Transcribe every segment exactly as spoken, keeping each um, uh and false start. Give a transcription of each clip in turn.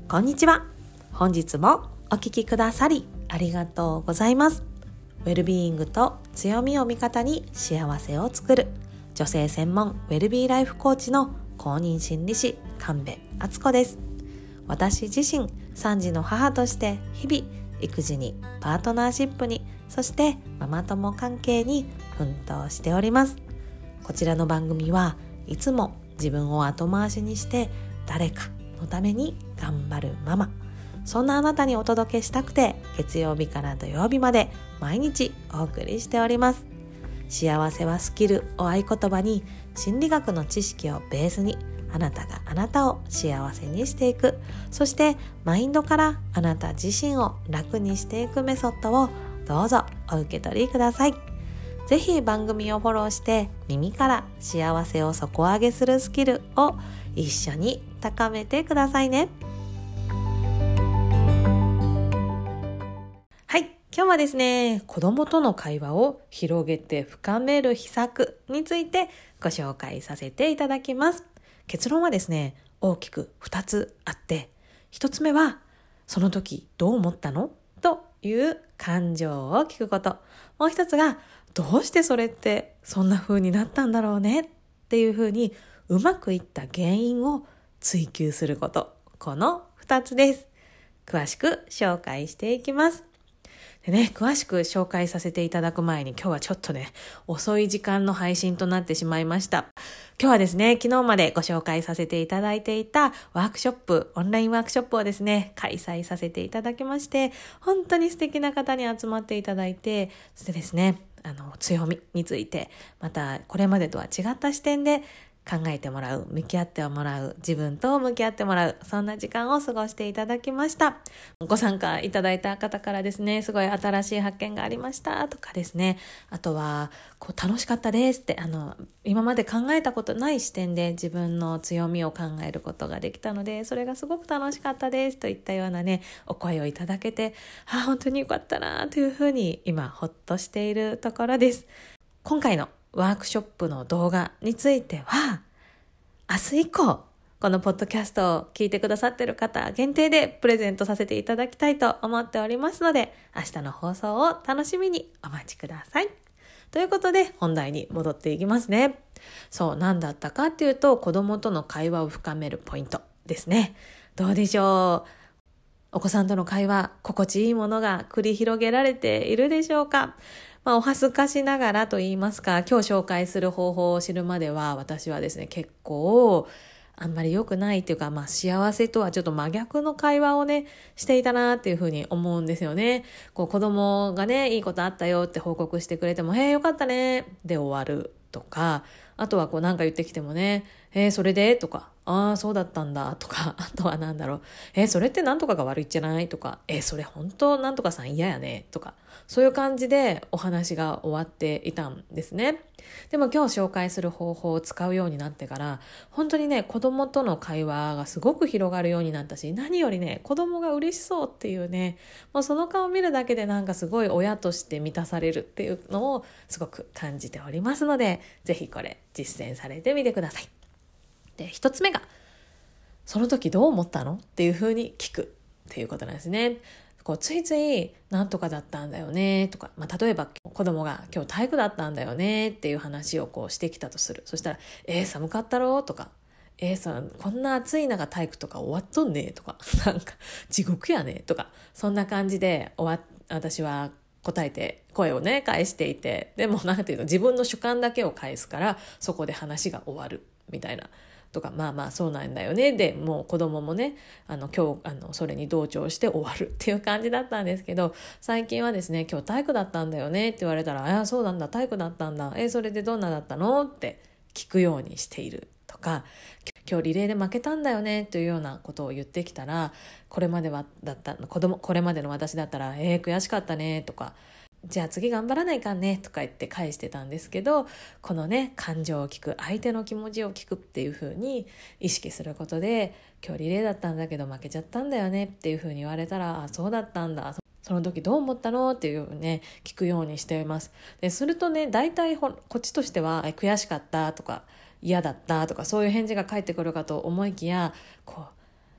こんにちは。本日もお聞きくださりありがとうございます。ウェルビーイングと強みを味方に幸せを作る女性専門ウェルビーライフコーチの公認心理師神戸敦子です。私自身さん児の母として日々育児にパートナーシップにそしてママ友関係に奮闘しております。こちらの番組はいつも自分を後回しにして誰かのために頑張るママ、そんなあなたにお届けしたくて月曜日から土曜日まで毎日お送りしております。幸せはスキルを合言葉に心理学の知識をベースにあなたがあなたを幸せにしていく、そしてマインドからあなた自身を楽にしていくメソッドをどうぞお受け取りください。ぜひ番組をフォローして耳から幸せを底上げするスキルを一緒に高めてくださいね。はい、今日はですね、子供との会話を広げて深める秘策についてご紹介させていただきます。結論はですね、大きくふたつあって、ひとつめはその時どう思ったのという感情を聞くこと、もう一つがどうしてそれってそんな風になったんだろうねっていう風にうまくいった原因を追求すること、このふたつです。詳しく紹介していきます。でね、詳しく紹介させていただく前に今日はちょっとね、遅い時間の配信となってしまいました。今日はですね、昨日までご紹介させていただいていたワークショップ、オンラインワークショップをですね、開催させていただきまして、本当に素敵な方に集まっていただいて、そしてですね、あの強みについて、またこれまでとは違った視点で考えてもらう、向き合ってもらう、自分と向き合ってもらう、そんな時間を過ごしていただきました。ご参加いただいた方からですね、すごい新しい発見がありましたとかですね、あとはこう楽しかったですって、あの今まで考えたことない視点で自分の強みを考えることができたので、それがすごく楽しかったですといったようなね、お声をいただけて、あ、本当によかったなというふうに今ほっとしているところです。今回のワークショップの動画については明日以降、このポッドキャストを聞いてくださっている方限定でプレゼントさせていただきたいと思っておりますので、明日の放送を楽しみにお待ちください。ということで本題に戻っていきますね。そう、何だったかっていうと、子供との会話を深めるポイントですね。どうでしょう。お子さんとの会話、心地いいものが繰り広げられているでしょうか。まあ、お恥ずかしながらと言いますか、今日紹介する方法を知るまでは、私はですね、結構あんまり良くないっていうか、まあ幸せとはちょっと真逆の会話をね、していたなっていうふうに思うんですよね。こう子供がね、いいことあったよって報告してくれても、へえ、よかったねで終わるとか、あとはこう何か言ってきてもね、えー、それでとか、ああそうだったんだとか、あとはなんだろう、えー、それってなんとかが悪いんじゃないとか、えー、それ本当なんとかさん嫌やねとか、そういう感じでお話が終わっていたんですね。でも今日紹介する方法を使うようになってから、本当にね、子供との会話がすごく広がるようになったし、何よりね、子供が嬉しそうっていうね、もうその顔を見るだけでなんかすごい親として満たされるっていうのをすごく感じておりますので、ぜひこれ実践されてみてください。で、一つ目が、その時どう思ったのっていうふうに聞くっていうことなんですね。こうついついなんとかだったんだよねとか、まあ、例えば子供が今日体育だったんだよねっていう話をこうしてきたとする。そしたら、えー、寒かったろとか、えー、さこんな暑い中体育とか終わっとんねとか、なんか地獄やねとか、そんな感じで終わ私は答えて声をね返していて、でもなんていうの、自分の主観だけを返すからそこで話が終わるみたいなとか、まあまあそうなんだよねで、もう子供もね、あの今日あのそれに同調して終わるっていう感じだったんですけど、最近はですね、今日体育だったんだよねって言われたら、ああそうなんだ、体育だったんだ、えそれでどんなだったのって聞くようにしているとか、今日リレーで負けたんだよねというようなことを言ってきたら、これまではだった子供これまでの私だったら、えー、悔しかったねとか、じゃあ次頑張らないかんねとか言って返してたんですけど、このね、感情を聞く、相手の気持ちを聞くっていう風に意識することで、今日リレーだったんだけど負けちゃったんだよねっていう風に言われたら、あ、そうだったんだ、その時どう思ったのっていうね、聞くようにしています。でするとね、大体こっちとしては悔しかったとか嫌だったとか、そういう返事が返ってくるかと思いきや、こう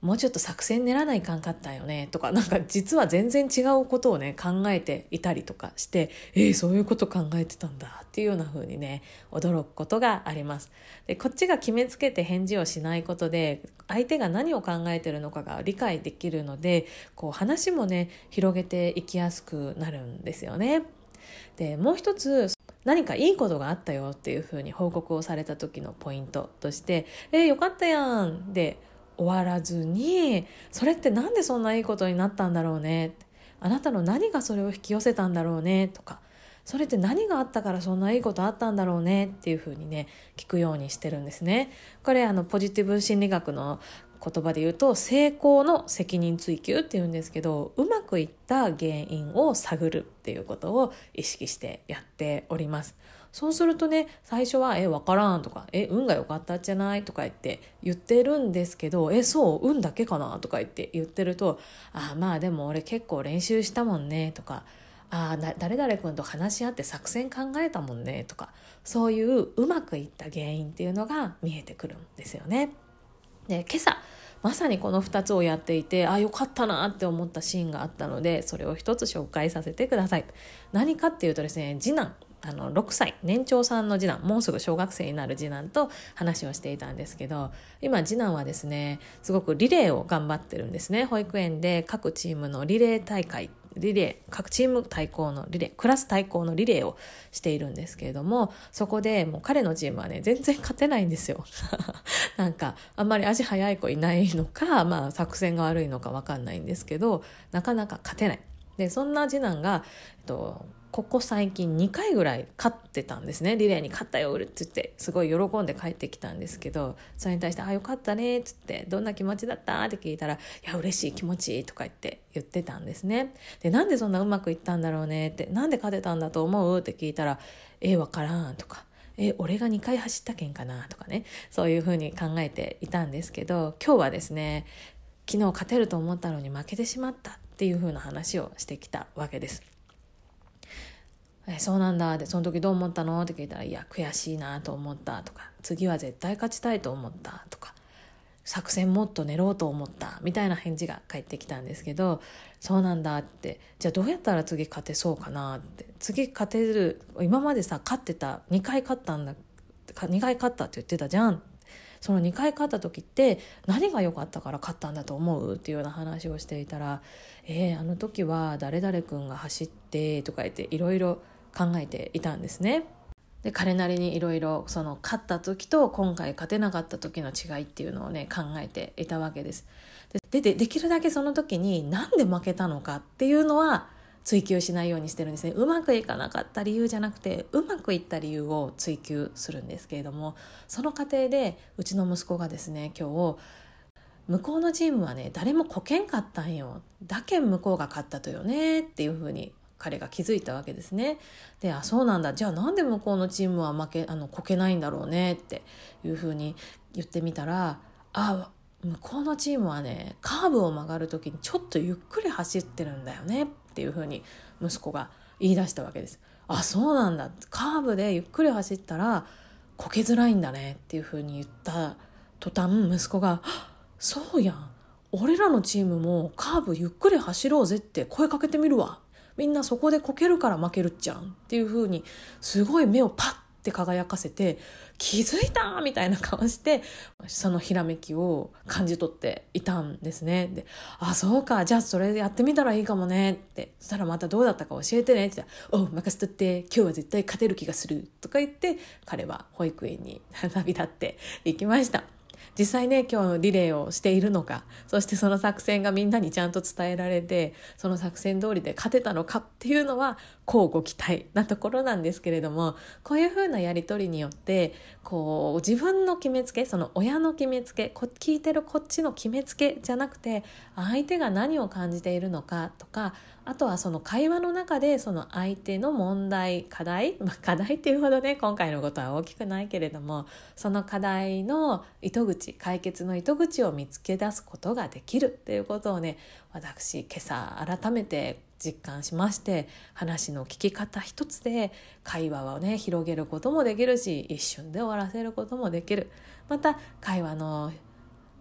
もうちょっと作戦練らないかんかったんよねとか、なんか実は全然違うことをね考えていたりとかして、えー、そういうこと考えてたんだっていうような風にね驚くことがあります。でこっちが決めつけて返事をしないことで相手が何を考えてるのかが理解できるので、こう話もね広げていきやすくなるんですよね。でもう一つ、何かいいことがあったよっていう風に報告をされた時のポイントとして、えー、よかったやんで終わらずに、それってなんでそんないいことになったんだろうね、あなたの何がそれを引き寄せたんだろうねとか、それって何があったからそんないいことあったんだろうねっていう風にね聞くようにしてるんですね。これあのポジティブ心理学の言葉で言うと成功の責任追及っていうんですけど、うまくいった原因を探るっていうことを意識してやっております。そうするとね、最初はえわからんとか、え運が良かったんじゃないとか言って言ってるんですけど、えそう運だけかなとか言って言ってると、あまあでも俺結構練習したもんねとか、あ誰々君と話し合って作戦考えたもんねとか、そういううまくいった原因っていうのが見えてくるんですよね。で今朝まさにこのふたつをやっていて、あよかったなって思ったシーンがあったので、それを一つ紹介させてください。何かっていうとですね、次男あのろくさい年長さんの次男、もうすぐ小学生になる次男と話をしていたんですけど、今次男はですねすごくリレーを頑張ってるんですね。保育園で各チームのリレー大会、リレー各チーム対抗のリレー、クラス対抗のリレーをしているんですけれども、そこでもう彼のチームはね全然勝てないんですよなんかあんまり足速い子いないのか、まあ作戦が悪いのか分かんないんですけど、なかなか勝てない。でそんな次男が、えっと、ここ最近にかいぐらい勝ってたんですね。リレーに勝ったよって言ってすごい喜んで帰ってきたんですけど、それに対してあよかったねって言って、どんな気持ちだったって聞いたら、いや嬉しい気持ちいいとか言って言ってたんですね。でなんでそんなうまくいったんだろうねって、なんで勝てたんだと思うって聞いたら、えわからんとか、え俺がにかい走ったけんかなとかね、そういうふうに考えていたんですけど、今日はですね昨日勝てると思ったのに負けてしまったっていうふうな話をしてきたわけです。えそうなんだで、その時どう思ったのって聞いたら、いや悔しいなと思ったとか、次は絶対勝ちたいと思ったとか、作戦もっと練ろうと思ったみたいな返事が返ってきたんですけど、そうなんだって、じゃあどうやったら次勝てそうかなって、次勝てる、今までさ勝ってたにかい勝ったんだにかい勝ったって言ってたじゃん、そのにかい勝った時って何が良かったから勝ったんだと思うっていうような話をしていたら、えー、あの時は誰々君が走ってとか言っていろいろ考えていたんですね。で彼なりにいろいろその勝った時と今回勝てなかった時の違いっていうのをね考えていたわけです。で で, できるだけその時になんで負けたのかっていうのは追求しないようにしてるんですね。うまくいかなかった理由じゃなくて、うまくいった理由を追求するんですけれども、その過程でうちの息子がですね、今日向こうのチームはね誰もこけんかったんよ、だけん向こうが勝ったとよねっていうふうに彼が気づいたわけですね。で、あ、そうなんだ。じゃあなんで向こうのチームは負け、あの、こけないんだろうねっていうふうに言ってみたら、あ、向こうのチームはね、カーブを曲がるときにちょっとゆっくり走ってるんだよねっていうふうに息子が言い出したわけです。あ、そうなんだ。カーブでゆっくり走ったらこけづらいんだねっていうふうに言った途端、息子が、そうやん。俺らのチームもカーブゆっくり走ろうぜって声かけてみるわ。みんなそこでこけるから負けるっちゃんっていう風にすごい目をパッて輝かせて、気づいたみたいな顔してそのひらめきを感じ取っていたんですね。で、あ、そうか、じゃあそれでやってみたらいいかもねって、そしたらまたどうだったか教えてねって言ったら、おう任せとって、今日は絶対勝てる気がするとか言って、彼は保育園に旅立っていきました。実際ね今日リレーをしているのか、そしてその作戦がみんなにちゃんと伝えられてその作戦通りで勝てたのかっていうのは乞うご期待なところなんですけれども、こういう風なやり取りによってこう自分の決めつけ、その親の決めつけ、こ聞いてるこっちの決めつけじゃなくて、相手が何を感じているのかとか、あとはその会話の中でその相手の問題課題、まあ、課題っていうほどね今回のことは大きくないけれども、その課題の糸口、解決の糸口を見つけ出すことができるっていうことをね、私今朝改めて実感しまして、話の聞き方一つで会話をね広げることもできるし、一瞬で終わらせることもできる。また会話の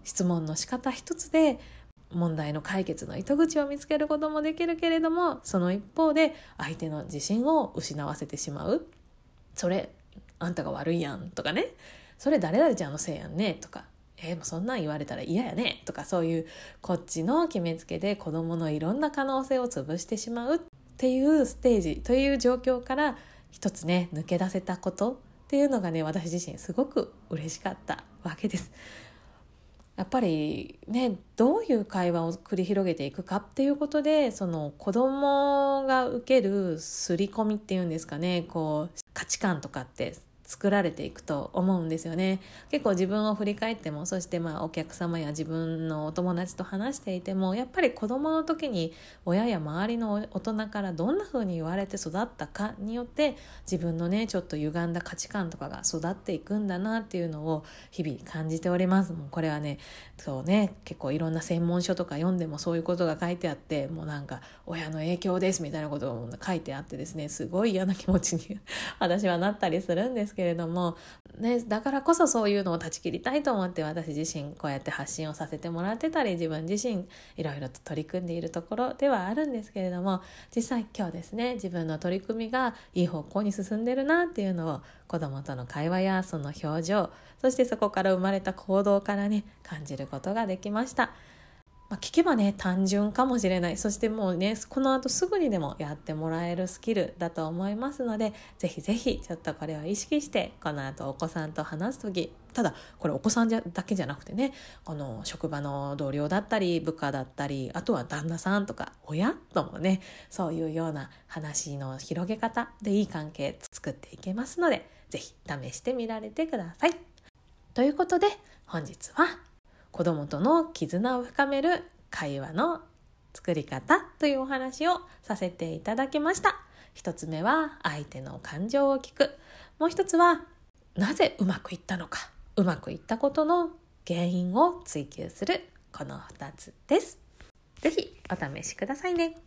質問の仕方一つで問題の解決の糸口を見つけることもできるけれども、その一方で相手の自信を失わせてしまう。それあんたが悪いやんとかね、それ誰々ちゃんのせいやんねとか、えー、もうそんなん言われたら嫌やねとか、そういうこっちの決めつけで子どものいろんな可能性を潰してしまうっていうステージという状況から一つね抜け出せたことっていうのがね、私自身すごく嬉しかったわけです。やっぱりね、どういう会話を繰り広げていくかっていうことで、その子供が受ける刷り込みっていうんですかね、こう価値観とかって作られていくと思うんですよね。結構自分を振り返っても、そしてまあお客様や自分のお友達と話していても、やっぱり子供の時に親や周りの大人からどんな風に言われて育ったかによって、自分のねちょっと歪んだ価値観とかが育っていくんだなっていうのを日々感じております。もうこれはね、そうね、結構いろんな専門書とか読んでもそういうことが書いてあって、もうなんか親の影響ですみたいなことが書いてあってですね、すごい嫌な気持ちに私はなったりするんですけれども、ね、だからこそそういうのを断ち切りたいと思って、私自身こうやって発信をさせてもらってたり、自分自身いろいろと取り組んでいるところではあるんですけれども、実際今日ですね、自分の取り組みがいい方向に進んでるなっていうのを子供との会話やその表情、そしてそこから生まれた行動からね感じることができました。まあ、聞けばね単純かもしれない、そしてもうねこの後すぐにでもやってもらえるスキルだと思いますので、ぜひぜひちょっとこれを意識してこの後お子さんと話すとき、ただこれお子さんだけじゃなくてね、この職場の同僚だったり部下だったり、あとは旦那さんとか親ともね、そういうような話の広げ方でいい関係作っていけますので、ぜひ試してみられてください。ということで本日は子供との絆を深める会話の作り方というお話をさせていただきました。一つ目は相手の感情を聞く。もう一つはなぜうまくいったのか。うまくいったことの原因を追求する。この二つです。ぜひお試しくださいね。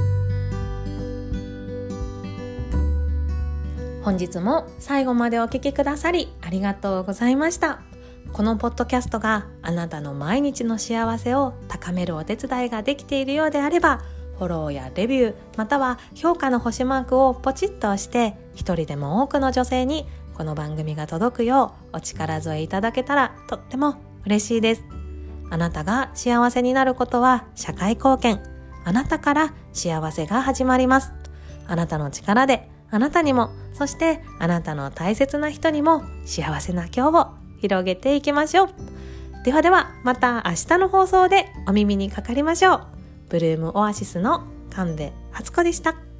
本日も最後までお聞きくださりありがとうございました。このポッドキャストがあなたの毎日の幸せを高めるお手伝いができているようであれば、フォローやレビュー、または評価の星マークをポチッと押して、一人でも多くの女性にこの番組が届くようお力添えいただけたらとっても嬉しいです。あなたが幸せになることは社会貢献。あなたから幸せが始まります。あなたの力であなたにも、そしてあなたの大切な人にも幸せな今日を広げていきましょう。ではではまた明日の放送でお耳にかかりましょう。ブルームオアシスの神戸初子でした。